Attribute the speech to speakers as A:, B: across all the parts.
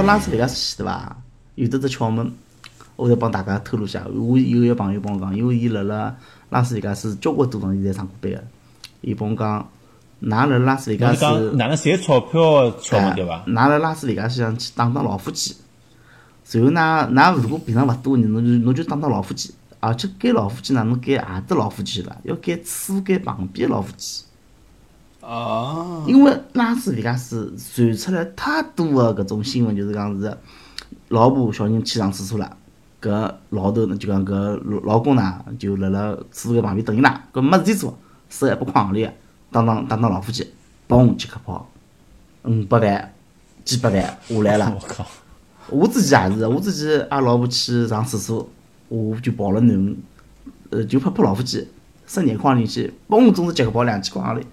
A: 拉斯维加斯去对伐？有得只窍门，我再帮大家透露下。我有一个朋友帮我讲，因为伊辣拉斯维加斯交关赌场现在上过班个，伊帮我讲，㑚辣拉斯维加斯，
B: 哪能赚钞票窍门对伐？
A: 㑚辣拉斯维加斯想去打老虎机，然后㑚如果平常勿多呢，侬就打老虎机，而且改老虎机哪能改何只老虎机伐？要改楚改旁边的老虎机。
C: 哦，
A: 因为拉斯维加斯传出来太多的搿种新闻，就是讲是老婆小人去上厕所了，搿老头呢就讲搿老公呢就辣厕所旁边等伊拉，搿没事体做，手还不框里，打老虎机，嘣几颗炮，500万、几百万下来了。
B: 我靠！
A: 我自己也是，我自己阿拉老婆去上厕所，我就跑了囡恩，就拍老虎机，伸眼眶里去，嘣，总是几颗炮2记框里。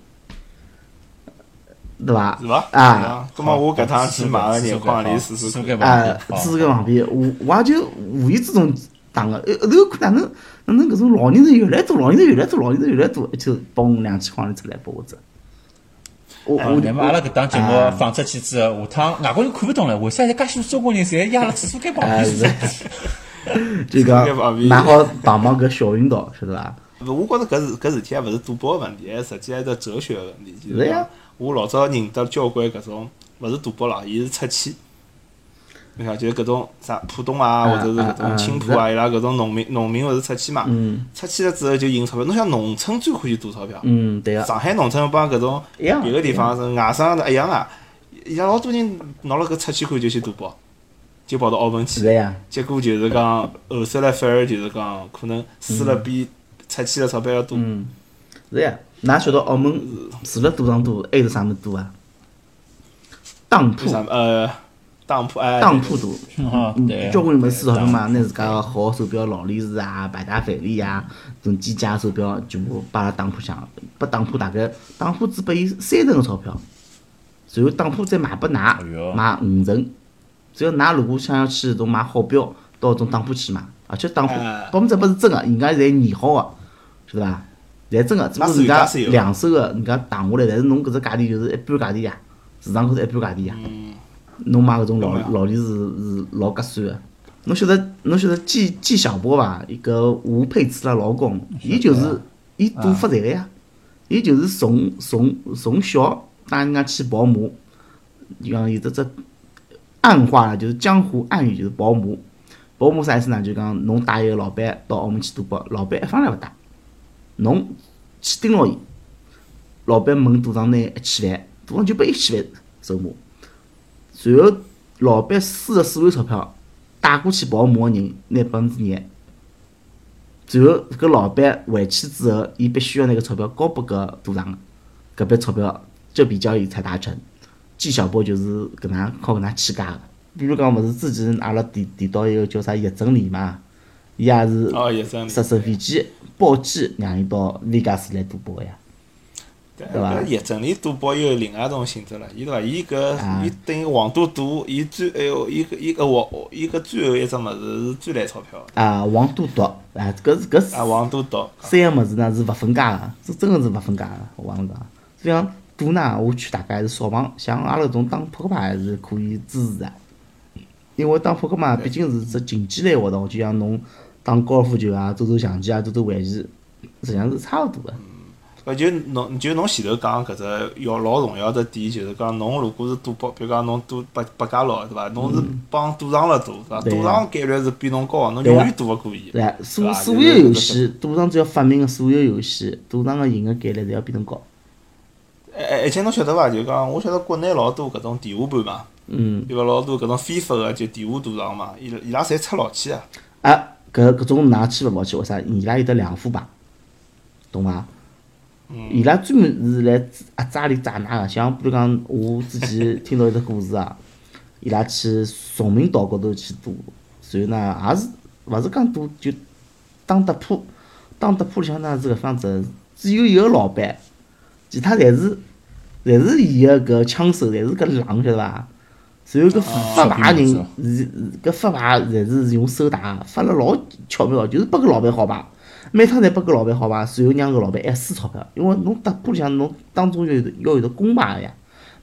A: 对伐？
C: 是伐？
A: 啊，
C: 咁么我搿趟去买个眼眶里试试看。
A: 厕所旁边，我也就无意之中打个，后头看哪能搿种老年人越来越多，一就嘣2记框里出来拨我只。
B: 那么阿拉搿档节目放出去之后，下趟外国人看勿懂了，为啥介许多中国人侪压辣厕所间旁边？
A: 就讲蛮好碰搿小运道，晓得伐？
C: 我觉着搿事体也勿是赌博个问题，实际还是哲学个问题。
A: 是呀。
C: 我老早认得交关搿种，勿是赌博啦，伊是出气。你看，就是搿种啥浦东啊，或者是搿种青浦啊，伊拉搿种农民勿是出气嘛？出气了之后就赢钞票。侬想农村最欢喜赌钞票。
A: 对个。
C: 上海农村帮搿种别个地方是外省一样啊，伊拉老多人拿了搿出气款就去赌博，就跑到澳门去。
A: 是呀。
C: 结果就是讲后首来反而就是讲可能输了比出气的钞票要多。
A: 是呀。㑚晓得澳门除了赌场多，还有啥物事多啊？当铺。当铺多。交关人没输钞票嘛，拿自家个好手表、劳力士啊、百达翡丽啊，种几家手表全部摆辣当铺上，拨当铺大概当铺只拨伊3成个钞票，然后当铺再卖拨㑚，卖5成。只要㑚如果想要去种买好表，到种当铺去买，而且当铺100%是真个，人家侪验好个，晓得伐？侪真个，只不过人家2手个，人家打下来，但是侬搿只价钿就是一般价钿呀，市场高头一般价钿呀。侬买搿种劳力士是老合算个。侬晓得纪晓波伐？一个吴佩慈的老公，伊就是伊赌发财个呀。伊就是从小带人家去跑马，就讲有只暗话就是江湖暗语，就是跑马。跑马啥意思呢？就讲侬带一个老板到澳门去赌博，老板一方也勿带。侬去盯牢伊，老板问赌场拿1000万，赌场就拨1000万筹码。然后老板输的所有钞票带过去跑马个人拿2%。然后搿老板回去之后，伊必须要拿搿钞票交拨搿赌场，搿笔钞票这笔交易才达成。纪晓波就是搿能靠搿能起家个。比如讲，勿是之前阿拉提到一个叫啥叶正理嘛，伊也是坐飞机包机让伊到维加斯来赌博个呀，对伐？
C: 叶正理赌博又有另外一种性质了，伊对伐？伊等于黄赌毒，伊最最后一只物事是最赚钞票。
A: 黄赌毒搿
C: 黄赌毒
A: 3个物事呢是勿分家个，是真个是勿分家个。我帮侬讲，所以讲赌呢，我劝大家还是少碰，像阿拉搿种打扑克牌还是可以支持个。因为打扑克嘛，毕竟是只竞技类活动，就像侬打高尔夫球啊、走象棋啊、走围棋，实际上是差勿多个。
C: 就侬前头讲搿只要老重要只点，就是讲侬如果是赌博，比如讲侬赌百家乐，对伐？侬是帮赌场了赌，对伐？赌场概率是比侬高，侬永远赌勿过伊。
A: 对，所有游戏，赌场只要发明个所有游戏，赌场个赢个概率侪要比侬高。
C: 而且侬晓得伐？就讲我晓得国内老多搿种地下盘嘛。对伐？老多搿种非法个就地下赌场嘛，伊拉侪出老千啊！
A: 搿种㑚千勿好去，为啥？伊拉有得两副牌，懂伐？伊拉专门是来压榨里榨㑚个，像比如讲，我之前听到一只故事啊，伊拉去崇明岛高头去赌，然后呢，也是勿是讲赌就打德扑，里向呢是搿方子，只有一个老板，其他侪是伊个搿枪手，侪是搿狼，晓得伐？然后搿发牌人搿发牌侪是用手打，发了老巧妙，就是拨搿老板好牌，每趟侪拨搿老板好牌，然后让搿老板还输钞票，因为侬打扑里向侬当中要有得公牌个呀，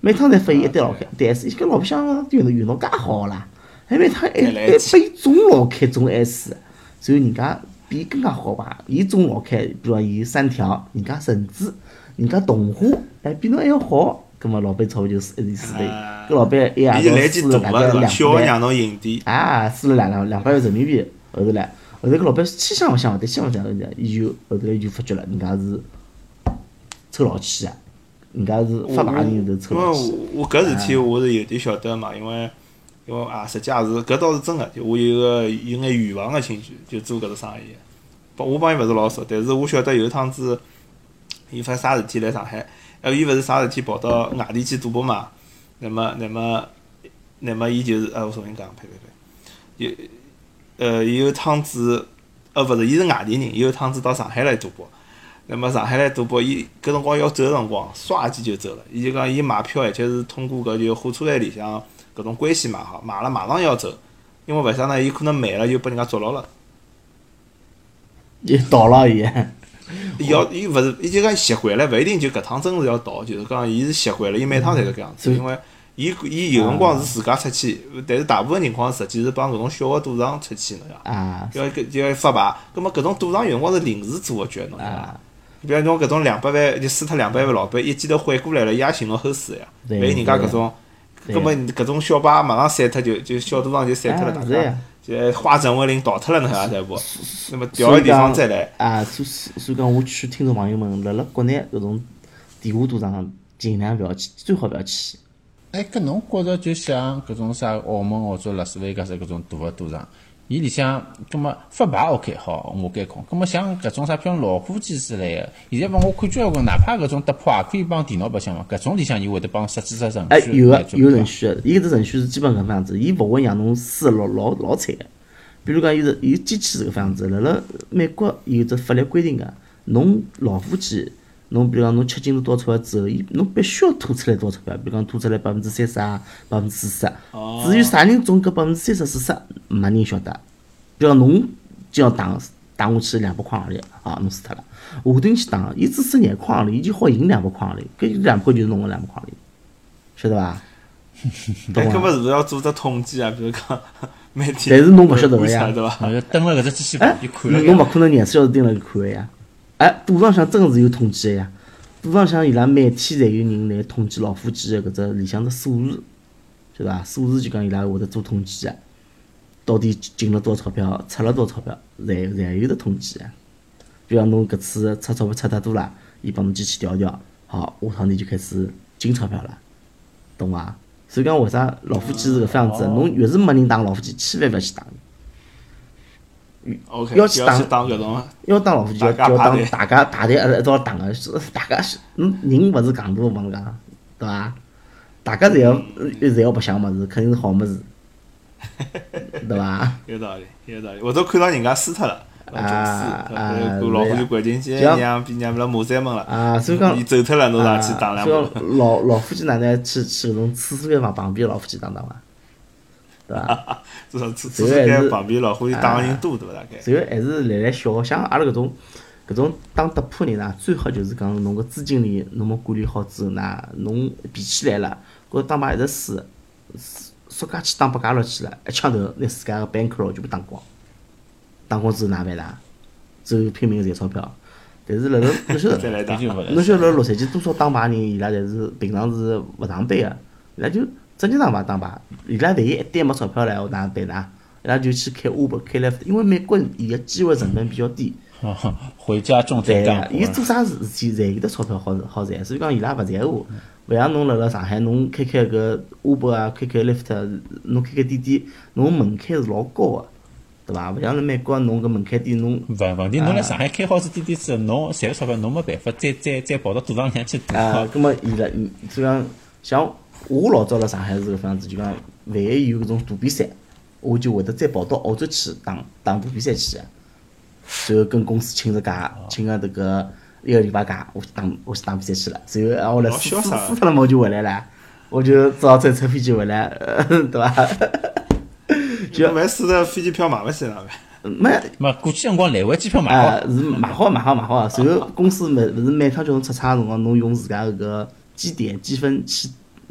A: 每趟侪发伊一堆老开，但是伊搿老白相运道介好啦，还每趟还拨伊中老开中 S， 所以人家比伊更加好吧？伊中老开，比如讲伊3条，人家甚至人家动画还比侬还要好，葛末老板钞票就一直输了。搿老板一夜到输了大概200啊，输了200万人民币。后头搿老板千想勿想，但想勿想，伊就后头来就发觉了，人家是抽老气啊，人家是发牌人头抽老气。
C: 我搿事体我是有点晓得嘛，因为啊，实际也是搿倒是真个，就我有眼远房个亲戚就做搿只生意。我帮伊勿是老熟，但是我晓得有一趟子，伊发啥事体来上海，伊勿是啥事体跑到外地去赌博嘛，那么伊就是我重新讲，呸，伊有趟子，勿是，伊是外地人，伊有趟子到上海来赌博。那么上海来赌博，伊搿辰光要走个辰光，唰一记就走了。伊就讲伊买票，而且是通过搿就火车站里向搿种关系买好，买了马上要走，因为为啥呢？伊可能慢了就被人家捉牢了。
A: 伊倒了伊。
C: 伊勿是，伊就讲习惯了，勿一定就搿趟真是要倒，就是讲伊是习惯了，伊每趟侪是搿样子，因为。伊有辰光是自家出去，但是大部分情况实际是帮搿种小个赌场出去，侬讲，要发牌，葛末搿种赌场有辰光是临时做个局，侬晓得伐？比方侬搿种200万就输脱200万老板，一记头缓过来了，伊也寻牢后事呀。万一人家搿种，葛末搿种小牌马上散脱就小赌场就散脱了，大家就花陈文林逃脱了，侬晓得伐？那么调个地方再来。
A: 所以讲，我劝听众朋友们，辣国内搿种地下赌场尽量勿要去，最好勿要去。
B: 搿侬觉着就像搿种啥澳门或者拉斯维加斯搿种大个赌场，伊里向葛末发牌 OK 好，我监控。葛末像搿种啥譬如老虎机之类个，现在帮我看交关，哪怕搿种搭铺也可以帮电脑白相嘛。搿种里向伊会得帮设计只程序。
A: 有程序个，伊搿只程序是基本搿副样子，伊勿会让侬输老惨个。比如讲，伊机器是搿副样子，辣美国有只法律规定个，侬老虎机。侬比如讲，侬吃进了多少钞票之后，侬必须要吐出来多少钞票？比如讲，吐出来30%啊，40%。至于啥人中搿30%、40%，没人晓得。比如讲，侬就要打下去200块行钿，侬输脱了。下头人去打，伊只输2块行钿，伊就好赢200块行钿。搿200块就是侬个200块行钿，晓得伐？
C: 搿么是勿是要做只统计啊？比如讲每天。
A: 但是侬勿晓得个呀，
B: 对伐？蹲辣搿只机器旁边看了。
A: 侬勿可能24小时盯辣搿看个呀。赌场向真个是有统计个呀！赌场向伊拉每天侪有人来统计老虎机个搿只里向只数字，晓得伐？数字就讲伊拉会得做统计个，到底进了多少钞票，出了多少钞票，侪有得统计个。比方侬搿次出钞票出太多了，伊帮侬机器调调，好，下趟你就开始进钞票了，懂伐？所以讲为啥老虎机是搿副样子？侬越是没人打老虎机，千万勿要去打。
C: 要去打搿种，
A: 要打老虎机，要打大家排队一道打个，大家人勿是戆大，我帮侬讲，对伐？大家侪要白相物事，肯定是好物事，对伐？
C: 有道理。我都看到人家输脱了，老虎就关进去，让不了马三门了。
A: 所以讲，
C: 伊走脱了，侬上去打两把。
A: 老虎机哪能去搿种厕所间旁边老虎机打伐？对伐？
C: 至少厕所间旁边老虎机打个人多，对伐？大概。
A: 然后还是来小，像阿拉搿种打搭铺人呐，最好就是讲侬个资金链侬么管理好之后呢，侬比起来了，搿打牌一直输，说介去打百家乐去了，一枪头拿自家个 bankroll 全部打光，打光之后哪办啦？只有拼命赚钞票。但是辣辣侬晓得，侬晓得洛杉矶多少打牌人，伊拉侪是平常是勿上班个，伊拉就整天打牌，伊拉万一一旦没钞票了，哪能办呢？伊拉就去开 Uber 开 Lyft， 因为美国伊个机会成本比较低。
B: 回家种田干活。
A: 伊做啥事体侪有得钞票好赚，所以讲伊拉勿在乎。勿像侬辣辣上海，侬开搿 Uber 啊，开 Lyft， 侬开滴滴，侬门槛是老高个，对伐？勿像辣美国，侬搿门槛低，侬
B: 问题侬辣上海开好子滴滴之后，侬赚了钞票，侬没办法再跑到赌场里向去赌。
A: 搿么伊拉，所以讲像我老早辣上海是搿样子，就讲万一有搿种大比赛，我就会得再跑到澳洲去打大比赛去个。然后跟公司请个假，请个迭个1个礼拜假，我去打比赛去了。然后我来输脱了嘛，我就回来了，我就只好再乘飞机回来，对伐？
C: 就买输脱飞机票买勿起了呗。
A: 没
B: 过去辰光来回机票买好。
A: 是买好。然后公司勿是每趟叫侬出差个辰光，侬用自家搿个积点积分去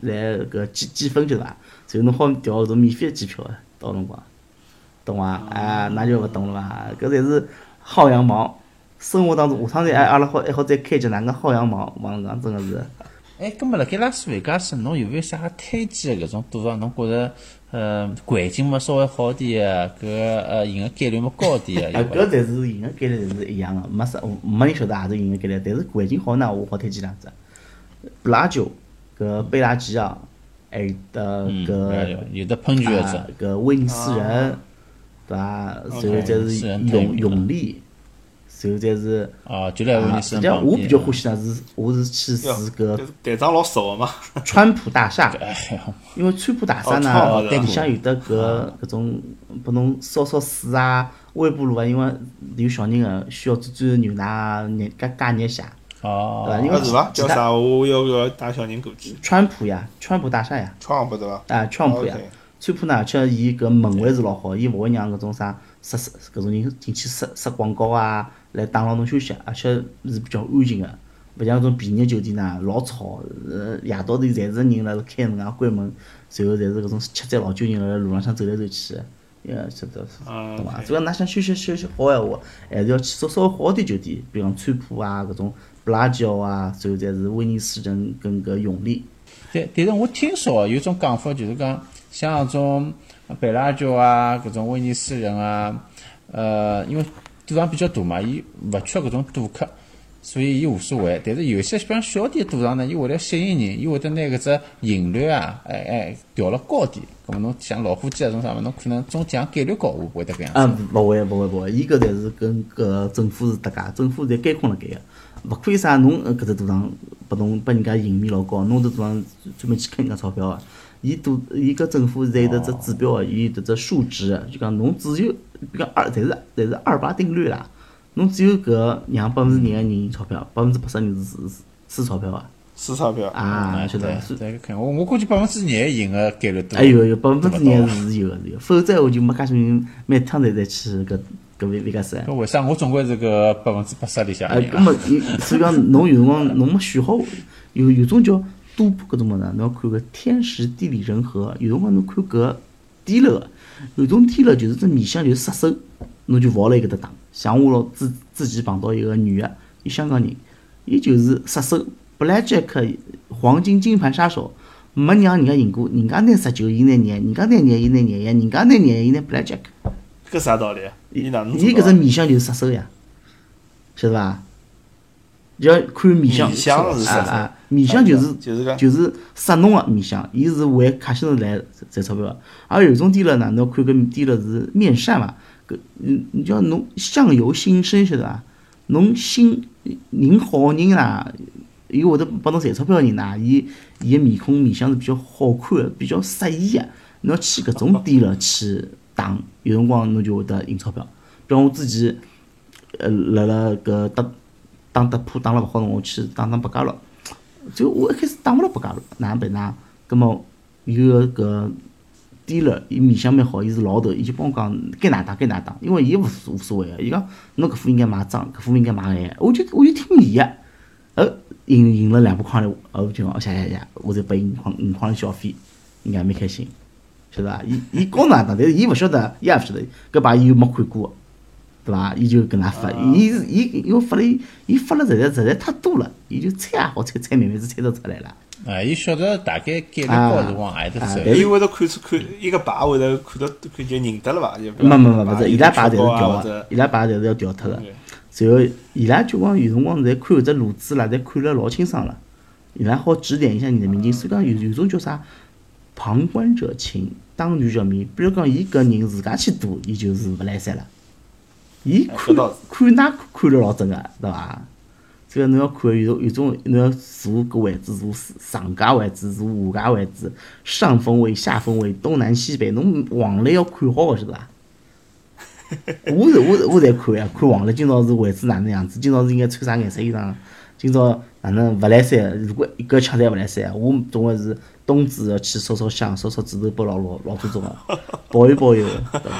A: 来搿积分晓得伐？然后侬好调搿种免费机票到辰光，懂伐？那就勿懂了伐？搿侪是薅羊毛。生活当中下趟再阿拉还好再开集哪能薅羊毛，网上讲真个是。
B: 葛末辣盖拉斯维加斯，侬有没有啥推荐搿种赌场？侬觉着环境嘛稍微好点搿赢个概率嘛高点
A: 搿侪是赢个概率侪是一样个，没人晓得何是赢个概率，但是环境好呢，我好推荐两只，布拉酒搿贝拉吉奥，还有得搿
B: 有的喷泉
A: 搿威尼斯人，对伐？然后再是永利。然后再是
B: 就来威尼斯。
A: 实际上我比较欢喜呢，我是去住搿
C: 队长老熟个嘛，
A: 川普大厦，因为川普大厦呢，里向有得搿种拨侬烧水啊、微波炉啊，因为有小人个需要追牛奶啊、加热下，对伐？因为
C: 是伐？叫啥？我要个带小人过去。
A: 川普呀，川普大厦呀。
C: 川普对伐？
A: 川普呀，川普呢，而且伊搿门卫是老好，伊勿会让搿种啥搿种人进去塞广告啊。来打扰侬休息，而且是比较安静个，勿像搿种便宜酒店呐，老吵，夜到头侪是人辣辣开门啊、关门，随后侪是搿种吃醉老酒人辣路浪向走来走去，晓得懂伐？所以㑚想休息好闲话，还是要去稍微好点酒店，比如讲川普啊、搿种布拉吉奥啊，随后再是威尼斯人跟搿永利。
B: 但是我听说有种讲法，就是讲像搿种贝拉吉奥啊、搿种威尼斯人啊，因为赌场比较大嘛，伊勿缺搿种赌客，所以伊无所谓。但是有些比方小点赌场呢，伊为了吸引人，伊会得拿搿只赢率啊，调了高点。咾么侬像老虎机啊种啥物，侬可能中奖概率高，会勿会得搿样子？
A: 勿会，伊搿侪是跟搿政府是搭界，政府侪监控辣盖个，勿可以啥侬搿只赌场拨人家赢面老高，侬搿赌场专门去坑人家钞票个。伊搿政府侪有得只指标个，伊有得只数值，就讲侬只有比讲侪是28定律啦。侬只有搿让2%个人赢钞票，80%人是输钞票个。
C: 输钞票
A: 晓得。
B: 我估计2%赢个概率多。
A: 有2%是有个，否则我就没介许人每趟侪去搿维加斯。
B: 为啥我总归是搿80%里向赢？
A: 搿么所以讲侬有辰光侬没选好，有种叫。赌博搿种物事，侬要看个天时地利人和。有辰光侬看搿低了，有种低了就是这面相就是杀手，侬就勿好辣伊搿搭打。像我之前碰到一个女个，伊香港人，伊就是杀手，Blackjack 黄金金盘杀手，没让人家赢过。人家拿19，伊拿廿；人家拿廿，伊拿廿一；人家拿廿，伊拿 Blackjack。
C: 搿啥道理？伊哪能？
A: 伊搿只面相就是杀手呀，晓得伐？要看面相
C: 是啥？
A: 面相就是杀侬个面相，伊是为卡西诺来赚钞票个。而有种低了呢，侬看搿低了是面善嘛，你叫侬相由心生，晓得伐？侬心人好人啦，伊会得帮侬赚钞票个人呐，伊个面孔面相是比较好看个，比较适意个。侬要去搿种低了去打，有辰光侬就会得赢钞票。比如我之前辣搿打德扑打了勿好，我去打百家乐，就我一开始打勿了百家乐，哪能办呢？葛末有个dealer，伊面相蛮好，伊是老头，伊就帮我讲该哪打，因为伊无所谓个，伊讲侬搿副应该买脏，搿副应该买黑，我就听伊个，赢了200块，我就讲谢，我再拨伊5块小费，应该蛮开心，晓得伐？伊教哪打，但是伊勿晓得，伊也勿晓得，搿牌伊又没看过。对伐？伊就搿能发，伊因为发了实在太多了，伊就猜也好猜，慢慢子猜得出来了。
B: 伊晓得大概概率高是往何里头走。
C: 伊会得看一个牌会得看就认得了伐？
A: 没，勿是，伊拉牌侪是调个，伊拉牌侪是要调脱个。然后伊拉就讲有辰光侪看搿只路子啦，侪看了老清爽了，伊拉好指点一下你的民警。所以讲有种叫啥旁观者清，当局者迷。比如讲伊搿人自家去赌，伊就是勿来三了。伊看了老真个，对伐？这个侬要看有种侬要坐搿位置，坐上家位置，坐下家位置，上风位、下风位、东南西北，侬黄历要看好个，晓得伐？我在看呀，看黄历今朝是位置哪能样子，今朝是应该穿啥颜色衣裳，今朝哪能勿来三？如果一个抢侪勿来三，我总归是冬至要去烧香，烧纸头包老祖宗个，保佑，对伐？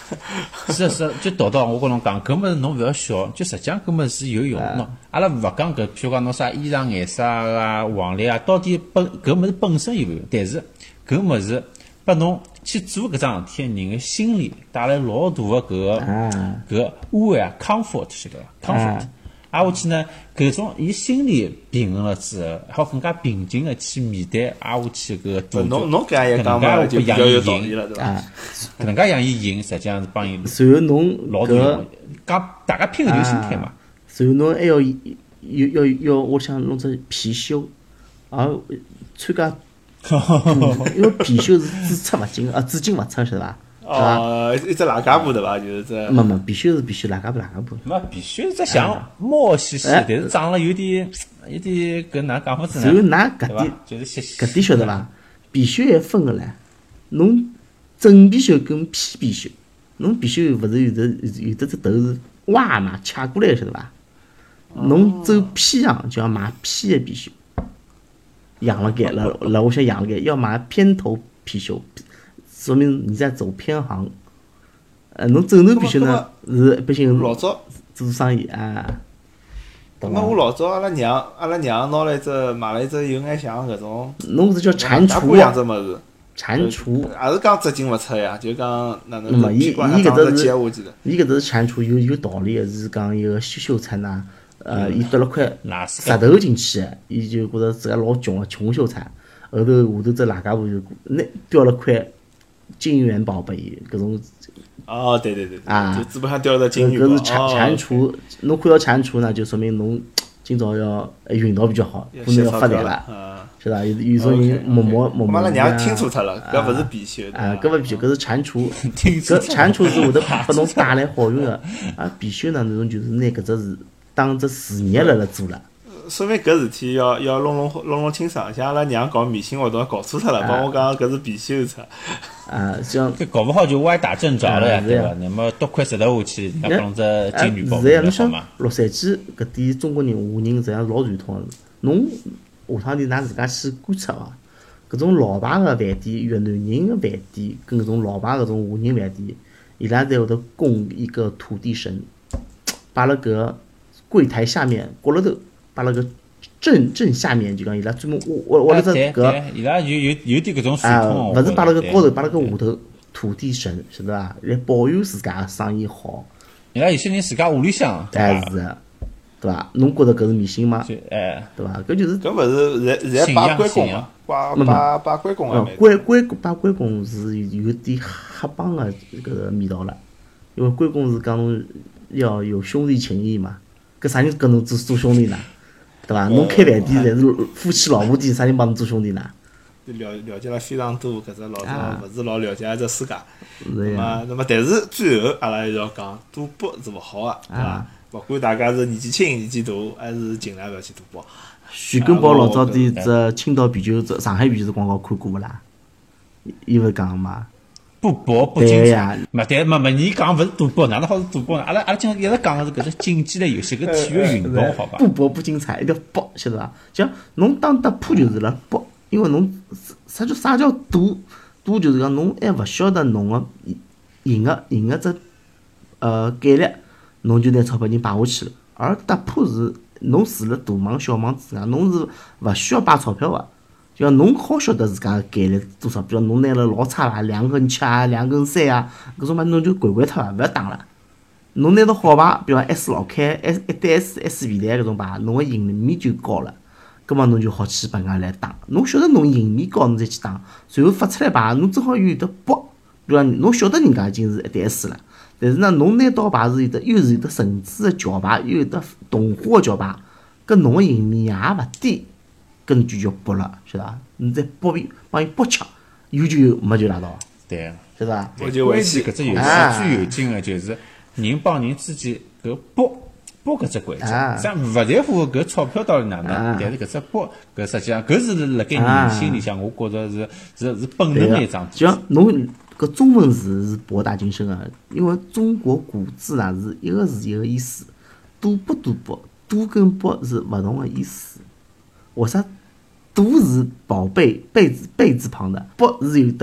B: 是，就导到我跟侬讲，搿物事侬勿要笑，就实际上搿物事是有用。喏，阿拉勿讲搿，譬如讲侬啥衣裳颜色啊、黄历啊，到底搿物事本身有没有？但是搿物事拨侬去做搿桩事体的人的心理带来老大的搿安慰啊 ，comfort 是个 comfort。挨下去呢，搿种伊心理平衡了之后，好更加平静的去面对挨下去搿个度。
C: 侬搿也讲嘛，就比较有道理了，对伐？
B: 搿能介让伊赢，实际上是帮伊。
A: 随后侬
B: 老多讲大家拼个就心态嘛。
A: 随后侬还要，我想弄只貔貅，参加，因为貔貅是只出勿进只进勿出，晓得伐？
C: 一只喇嘎布对伐？就是这。
A: 没，貔貅是貔貅，喇嘎布。
B: 没，貔貅是只像猫兮兮，但是长了有点搿哪讲法子呢？
A: 然后㑚搿点晓得伐？貔貅还分个唻，侬真貔貅跟屁貔貅，侬貔貅勿是有的只头是歪嘛，卡过来晓得伐？侬走屁样就要买屁的貔貅，养了该辣屋向养了该，要买偏头貔貅。说明你在走偏行，侬正头貔貅呢是一般性
C: 老早
A: 做生意啊。
C: 那么我老早阿拉娘拿了买了一只有眼像搿种，
A: 侬是叫蟾蜍
C: 样子物事，
A: 蟾蜍
C: 也是讲只进勿出呀，就讲哪能
A: 伊
C: 搿
A: 只是伊搿只蟾蜍有道理个，是讲一个秀才呐，伊得了块石头进去，伊就觉着自家老穷个穷秀才，后头下头只喇嘎布就掉了块。金元宝贝搿种
C: 对，就基本上掉了金元宝。
A: 搿是蟾蜍，侬看到蟾蜍呢，就说明侬今朝要运道比较好，可能要发财了，晓得伐？有种人默
C: 阿拉娘听错脱了，搿勿是貔貅。
A: 搿勿貔貅，搿是蟾蜍。搿蟾蜍是会得拨侬带来好运个，貔貅呢，侬就是拿搿只是当只事业辣做了。
C: 说明搿事体要弄清爽，像阿拉娘搞迷信活动搞错脱了，帮我讲搿是貔貅出。
A: 像
B: 搿搞勿好就歪打正着了呀，对伐？那么多块石头下去，人家放只金元宝
A: 是呀，侬想洛杉矶搿点中国人、华人实际上老传统个。侬下趟天㑚自家去观察伐？搿种老牌个饭店、越南人个饭店，跟搿种老牌搿种华人饭店，伊拉侪会得供一个土地神，摆辣搿柜台下面角落头。把那个正下面就讲伊拉专门挖了只搿，
B: 伊拉有点搿种传统
A: 勿是把那个高头，把那个下头土地神，晓得伐？来保佑自家生意好。
B: 伊拉有些人自家屋里向，
A: 是，对伐？侬觉着搿是迷信吗？对伐？搿就是
C: 搿勿是侪拜关公嘛？拜关公啊！
A: 拜关公是有点黑帮个搿个味道了，因为关公是讲侬要有兄弟情谊嘛，搿啥人跟侬做兄弟呢？对伐？侬开饭店侪是夫妻老婆店，啥人帮侬做兄弟呢？
C: 了解了非常多，搿只老早勿是老了解只世界。那么，但是最后阿拉还是要讲，赌博是勿好个，对伐？勿管大家是年纪轻、年纪大，还是尽量勿要去赌博。
A: 徐根宝老早的只青岛啤酒、只上海啤酒广告看过勿啦？伊勿是讲嘛？
B: 不博不精彩，没，你讲勿是赌博，哪能好是赌博呢？阿拉今朝一直讲个是搿只竞技类游戏，搿体育运动，好吧？
A: 不博不精彩，一定要博，晓得伐？像侬打扑就是辣博，因为侬啥叫赌？赌就是讲侬还勿晓得侬个赢个只概率，侬就拿钞票人摆下去了。而打扑是侬除了大盲小盲之外，侬是勿需要摆钞票个。就讲侬好晓得自家概率多少，比如侬拿了老差啦，2根7啊，2根3啊，搿种嘛侬就掼脱伐，勿要打了。侬拿到好牌，比如 S 老开、S 未来搿种牌，侬个赢面就高了，葛末侬就好去帮人家来打。侬晓得侬赢面高，侬再去打，随后发出来牌，侬正好有得博，比如讲侬晓得人家已经是1对4了，但是呢，侬拿到牌是又是有得神子个桥牌，又有得动画个桥牌，搿侬个赢面也勿低。搿侬就叫博了，晓得伐？你再博帮伊博抢，有就有，没就拉倒。
B: 对，
A: 晓得伐？
B: 关键搿只游戏最有劲个就是人帮人之间搿博搿只关键，像勿在乎搿钞票到底哪能，但是搿只博搿实际上搿是辣盖人心里向，我觉着是本能的一桩。
A: 就像侬搿中文字是博大精深个，因为中国古字呢是一个字一个意思，赌博赌跟博是勿同个意思。为啥？赌是宝贝贝字旁的，博是有的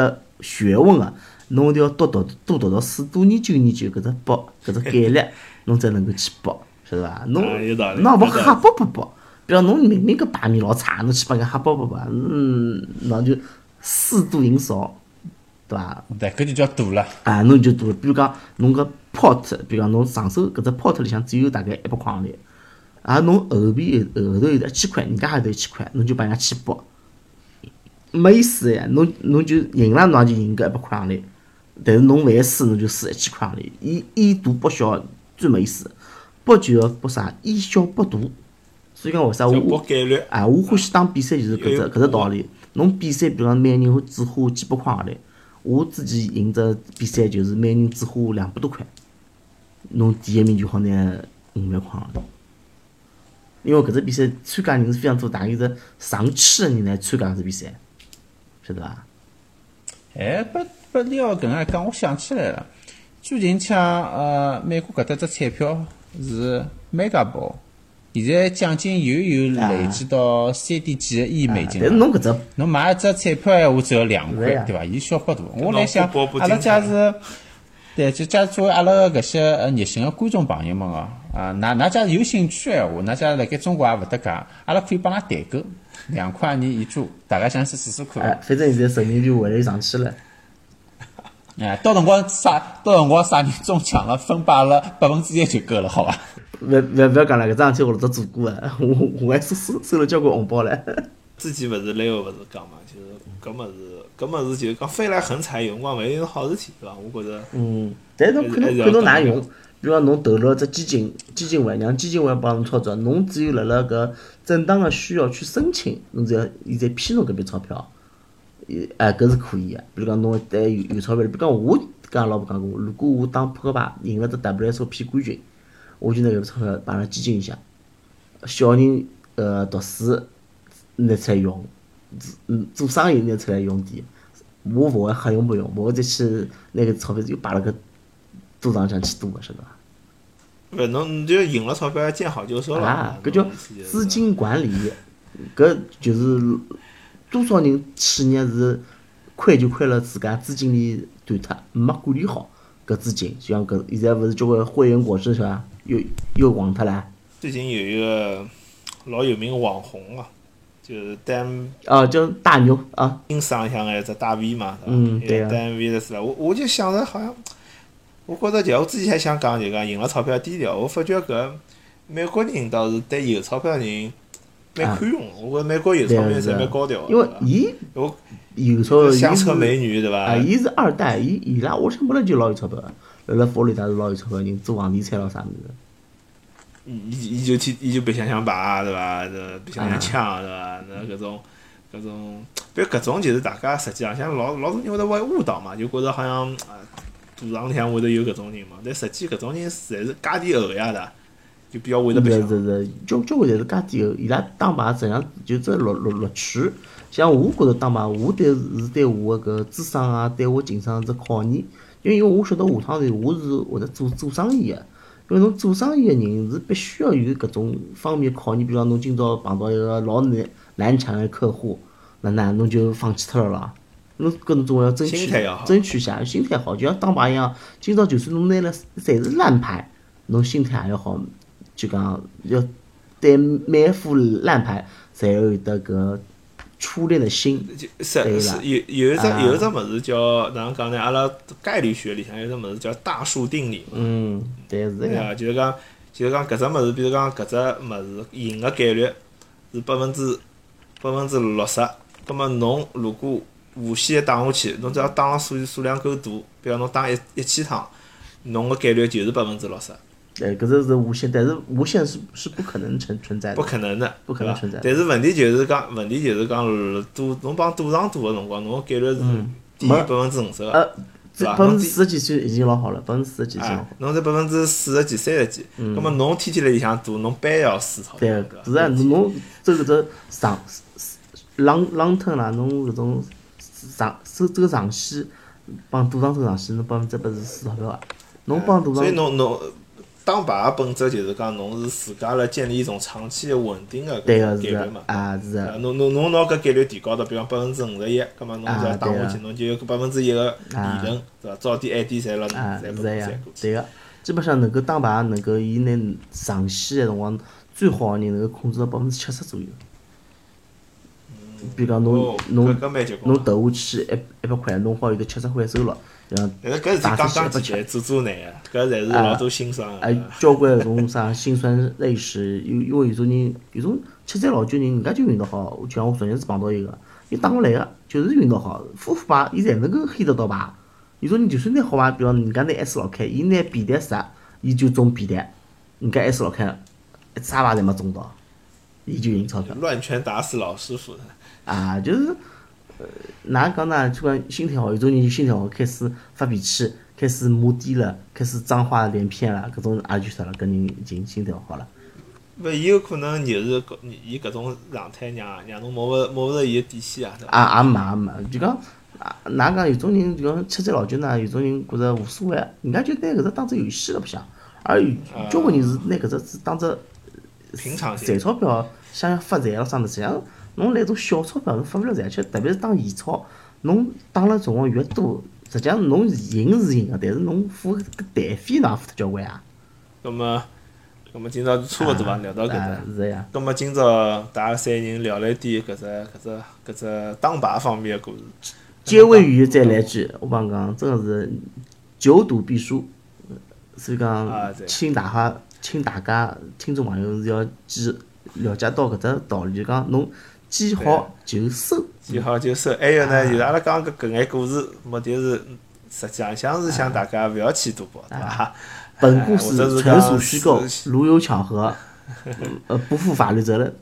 A: 学问个，侬就要多读书，多研究研究搿只笔搿只概率，侬才能够去报，晓得伐？侬勿瞎报不报。比如侬明明搿排名老差，侬去帮人瞎报，那就书多赢少，对伐？
B: 对，搿就叫赌了。
A: 侬就赌了。比如讲侬搿 pot， 比如讲侬上手搿只 pot 里向只有大概100块钿，侬后头有1000块，人家还有1000块，侬就帮人家去报。没意思呀，侬就赢了，侬也就赢搿100块钿，但是侬万输侬就输1000块钿。以大博小最没意思，博就要博啥？以小博大。所以讲为啥我欢喜打比赛就是搿只道理。侬比赛比如讲每人只花几百块钿，我之前赢只比赛就是每人只花200多块，侬第一名就好拿500块钿。因为搿只比赛参加人是非常多，大概是上千个人来参加搿只比赛，晓得伐？
B: 拨你要搿样讲，我想起来了，最近像美国搿搭只彩票是 Mega Ball。现在奖金有累积到3.几个亿美金了。
A: 但是侬搿只，
B: 侬买一只彩票闲话只要2块，对伐？伊小博大。我来想，阿拉假是，对，就假如作为阿拉个搿些热心个观众朋友们哦，㑚假如有兴趣闲话，㑚假如辣盖中国也勿搭界，阿拉可以帮㑚代购2块钿一注，大家想去试看。
A: 反正现在人民币汇率上去了。
B: 到辰光啥人中奖了，分拨阿拉1%就够了，好伐？
A: 勿要讲了，搿桩事体我老早做过个，我还收了交关红包唻。
C: 之前勿是来个勿是讲嘛，就是搿物事就是讲飞来横财，有辰光勿一定是好事体，对伐？我觉着。
A: 但是侬看侬哪用？比如讲侬投入只基金会，让基金会帮侬操作，侬只有辣辣搿正当个需要去申请，侬才伊才批侬搿笔钞票。搿是可以个。比如讲侬有钞票，比如讲我跟老婆讲过，如果我打扑克牌赢了只 WSOP 冠军。我就拿搿笔钞票摆辣基金里向，小人读书拿出来用，做生意拿出来用点，我勿会瞎用不用，勿会再去拿搿钞票又摆辣搿赌场上去赌个，晓得伐？
C: 勿侬就赢了钞票见好就收了。
A: 搿叫资金管理，搿就是多少人企业是亏就亏了自家资金链断脱，没管理好搿资金，就像搿现在勿是交关会员果汁是伐？又黄脱了。
C: 最近有一个老有名的网红啊，就是
A: 叫大牛啊，
C: 音上向个一只大 V 嘛，
A: 对啊，
C: 大 V 的是啦。我就想着好像，我觉着我之前还想讲就讲赢了钞票低调，我发觉搿美国人倒是对有钞票人蛮宽容，我觉着美国有钞票人侪蛮高调。
A: 因为伊有钞票，
C: 香车美女对伐？
A: 伊是2代，伊拉屋里向本来就老有钞票个。辣辣佛罗里达是老有钞票人，做房地产咯啥物事。
C: 伊就白相相牌对伐？白相相枪对伐？那搿种，比如搿种就是大家实际上像老多人会得会误导嘛，就觉着好像赌场里向会得有搿种人嘛，但实际搿种人侪是家底厚呀的，就比较会得白相。
A: 是，交关侪是家底厚，伊拉打牌实际上就只乐趣。像我觉着打牌，我对我搿智商啊，对我情商是考验。因为我晓得下趟头我是会得做生意个，因为侬做生意个人是必须要有搿种方面考验，比如讲侬今朝碰到一个老难缠个客户，那侬就放弃脱了啦。侬搿侬总归要争取一下，心态好，就像打牌一样。今朝就算侬拿了侪是烂牌，侬心态也要好，就讲要对每一副烂牌侪要有得搿初恋的心。
C: 是有一只物事叫哪能讲呢？阿拉概率学里向有一只物事叫大数定理。
A: 对是这样。
C: 就是讲搿只物事，比如讲搿只物事赢个概率是60%，葛末侬如果无限的打下去，侬只要打个数量够大，比如侬打1000趟，侬个概率就是60%。
A: 搿只是无限，但是无限是不可能存在的。
C: 不可能
A: 存在。
C: 但是问题就是讲，侬帮赌场赌个辰光，侬个概率是低于50%个。
A: 这40几就已经老好了，40几就老好。
C: 侬才40几、30几，葛末侬天天辣里向赌，侬班要输钞票。
A: 对，是啊，侬走搿只long term 啦，侬搿种走这个长线帮赌场走长线，侬80%是输钞票啊。侬帮赌场。
C: 所以侬打牌个本质就是讲，侬是自家辣建立一种长期的稳定的概率嘛。
A: 是个。
C: 侬拿搿概率提高到，比方51%，葛末侬只要打下去，侬就有1%个利润，对伐？早点晚点侪辣侬，侪拨侬赚过去。
A: 对个，基本上能够打牌，能够伊拿长期个辰光最好个人能够控制到70%左右。比如讲侬投下去100块，侬好有得70块收入。
C: 但是搿事体刚刚起来，做难个，搿侪是老多辛酸个。
A: 交关搿种啥辛酸泪史，因为有种人，有种吃菜老酒人，人家就运道好。就像我昨日是碰到一个，伊打勿来个，就是运道好，副牌伊侪能够黑得到牌。有种人就算拿好牌，比方人家拿 S 老开，伊拿便台10，伊就中便台，人家 S 老开，一啥牌侪没中到，伊就赢钞票。
C: 乱拳打死老师傅。
A: 就是。哪讲呢？就讲心态好，有种人就心态好，开始发脾气，开始骂低了，开始脏话连篇了，搿种也就啥了，搿人已经心态好了。
C: 伊有可能就是伊搿种状态让侬摸勿着伊个底线啊，对
A: 伐？也没，就讲哪讲有种人就讲吃醉老酒呢，有种人觉着无所谓，人家就拿搿只当只游戏了白相，而交关人是拿搿只是当只
C: 平常
A: 赚钞票，想发财咯啥物事。侬来种小钞票，侬发勿了财，且特别是打现钞，侬打了总共越多，实际上侬赢是赢个，但是侬付搿代费侬也付得交关啊。
C: 葛末今朝差勿多伐？聊到搿
A: 搭。是呀。
C: 葛末今朝大家3人聊了一点搿只打牌方面个故事。
A: 结尾语再来句，我帮侬讲，真个是久赌必输，所以讲，请大家听众朋友是要了解到搿只道理，就讲侬。记好就收，
C: 还有呢，就是阿拉讲搿眼故事，目的是实际上是想大家勿要去赌博，对伐？
A: 本故事纯属虚构，如有巧合，不负法律责任。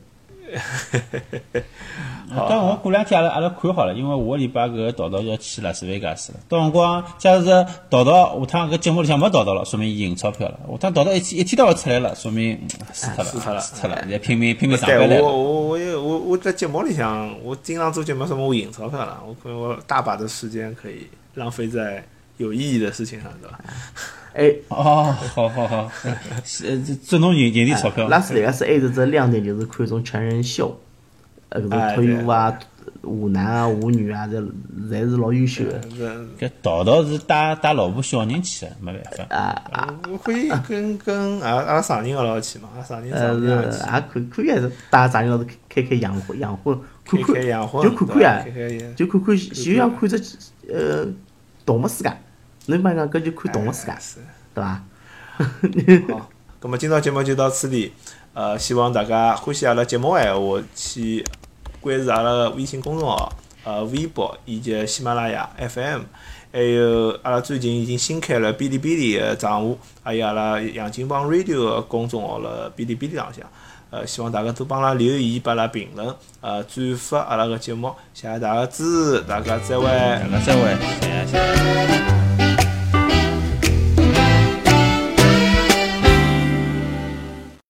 B: 等我过2天阿拉看好了，因为下个礼拜搿淘淘要去拉斯维加斯了。到辰光，假如是淘淘下趟搿节目里向没淘淘了，说明伊赢钞票了。下趟淘淘一天到晚出来了，说明输脱了，现在拼命上班来了。
C: 我在节目里向，我经常做节目，说明我赢钞票了。我看我大把的时间可以浪费在有意义的事情上，对
A: 伐？
B: 好，这侬赢点钞票。
A: 拉斯维加斯还有只亮点就是看种成人秀。搿种退伍啊、舞男啊、舞女啊，侪是老优秀的。
B: 搿淘淘是带老婆小人去的，没办
C: 法。我可以跟阿拉上人一道去嘛，阿拉上人
A: 也可以是带上人老师开洋荤，看啊，就看就像看只动物世界。侬一般讲搿就看动物世界，对伐？
C: 好，葛末今朝节目就到此地。希望大家欢喜阿拉节目个闲话，去关注阿拉个微信公众号、微博以及喜马拉雅 FM， 还有阿拉最近已经新开了哔哩哔哩个账户，还有阿拉杨金帮 Radio 个公众号了哔哩哔哩浪向。希望大家多帮阿拉留言，帮阿拉评论，转发阿拉个节目，谢谢大家支持，大家再会，
B: 谢谢。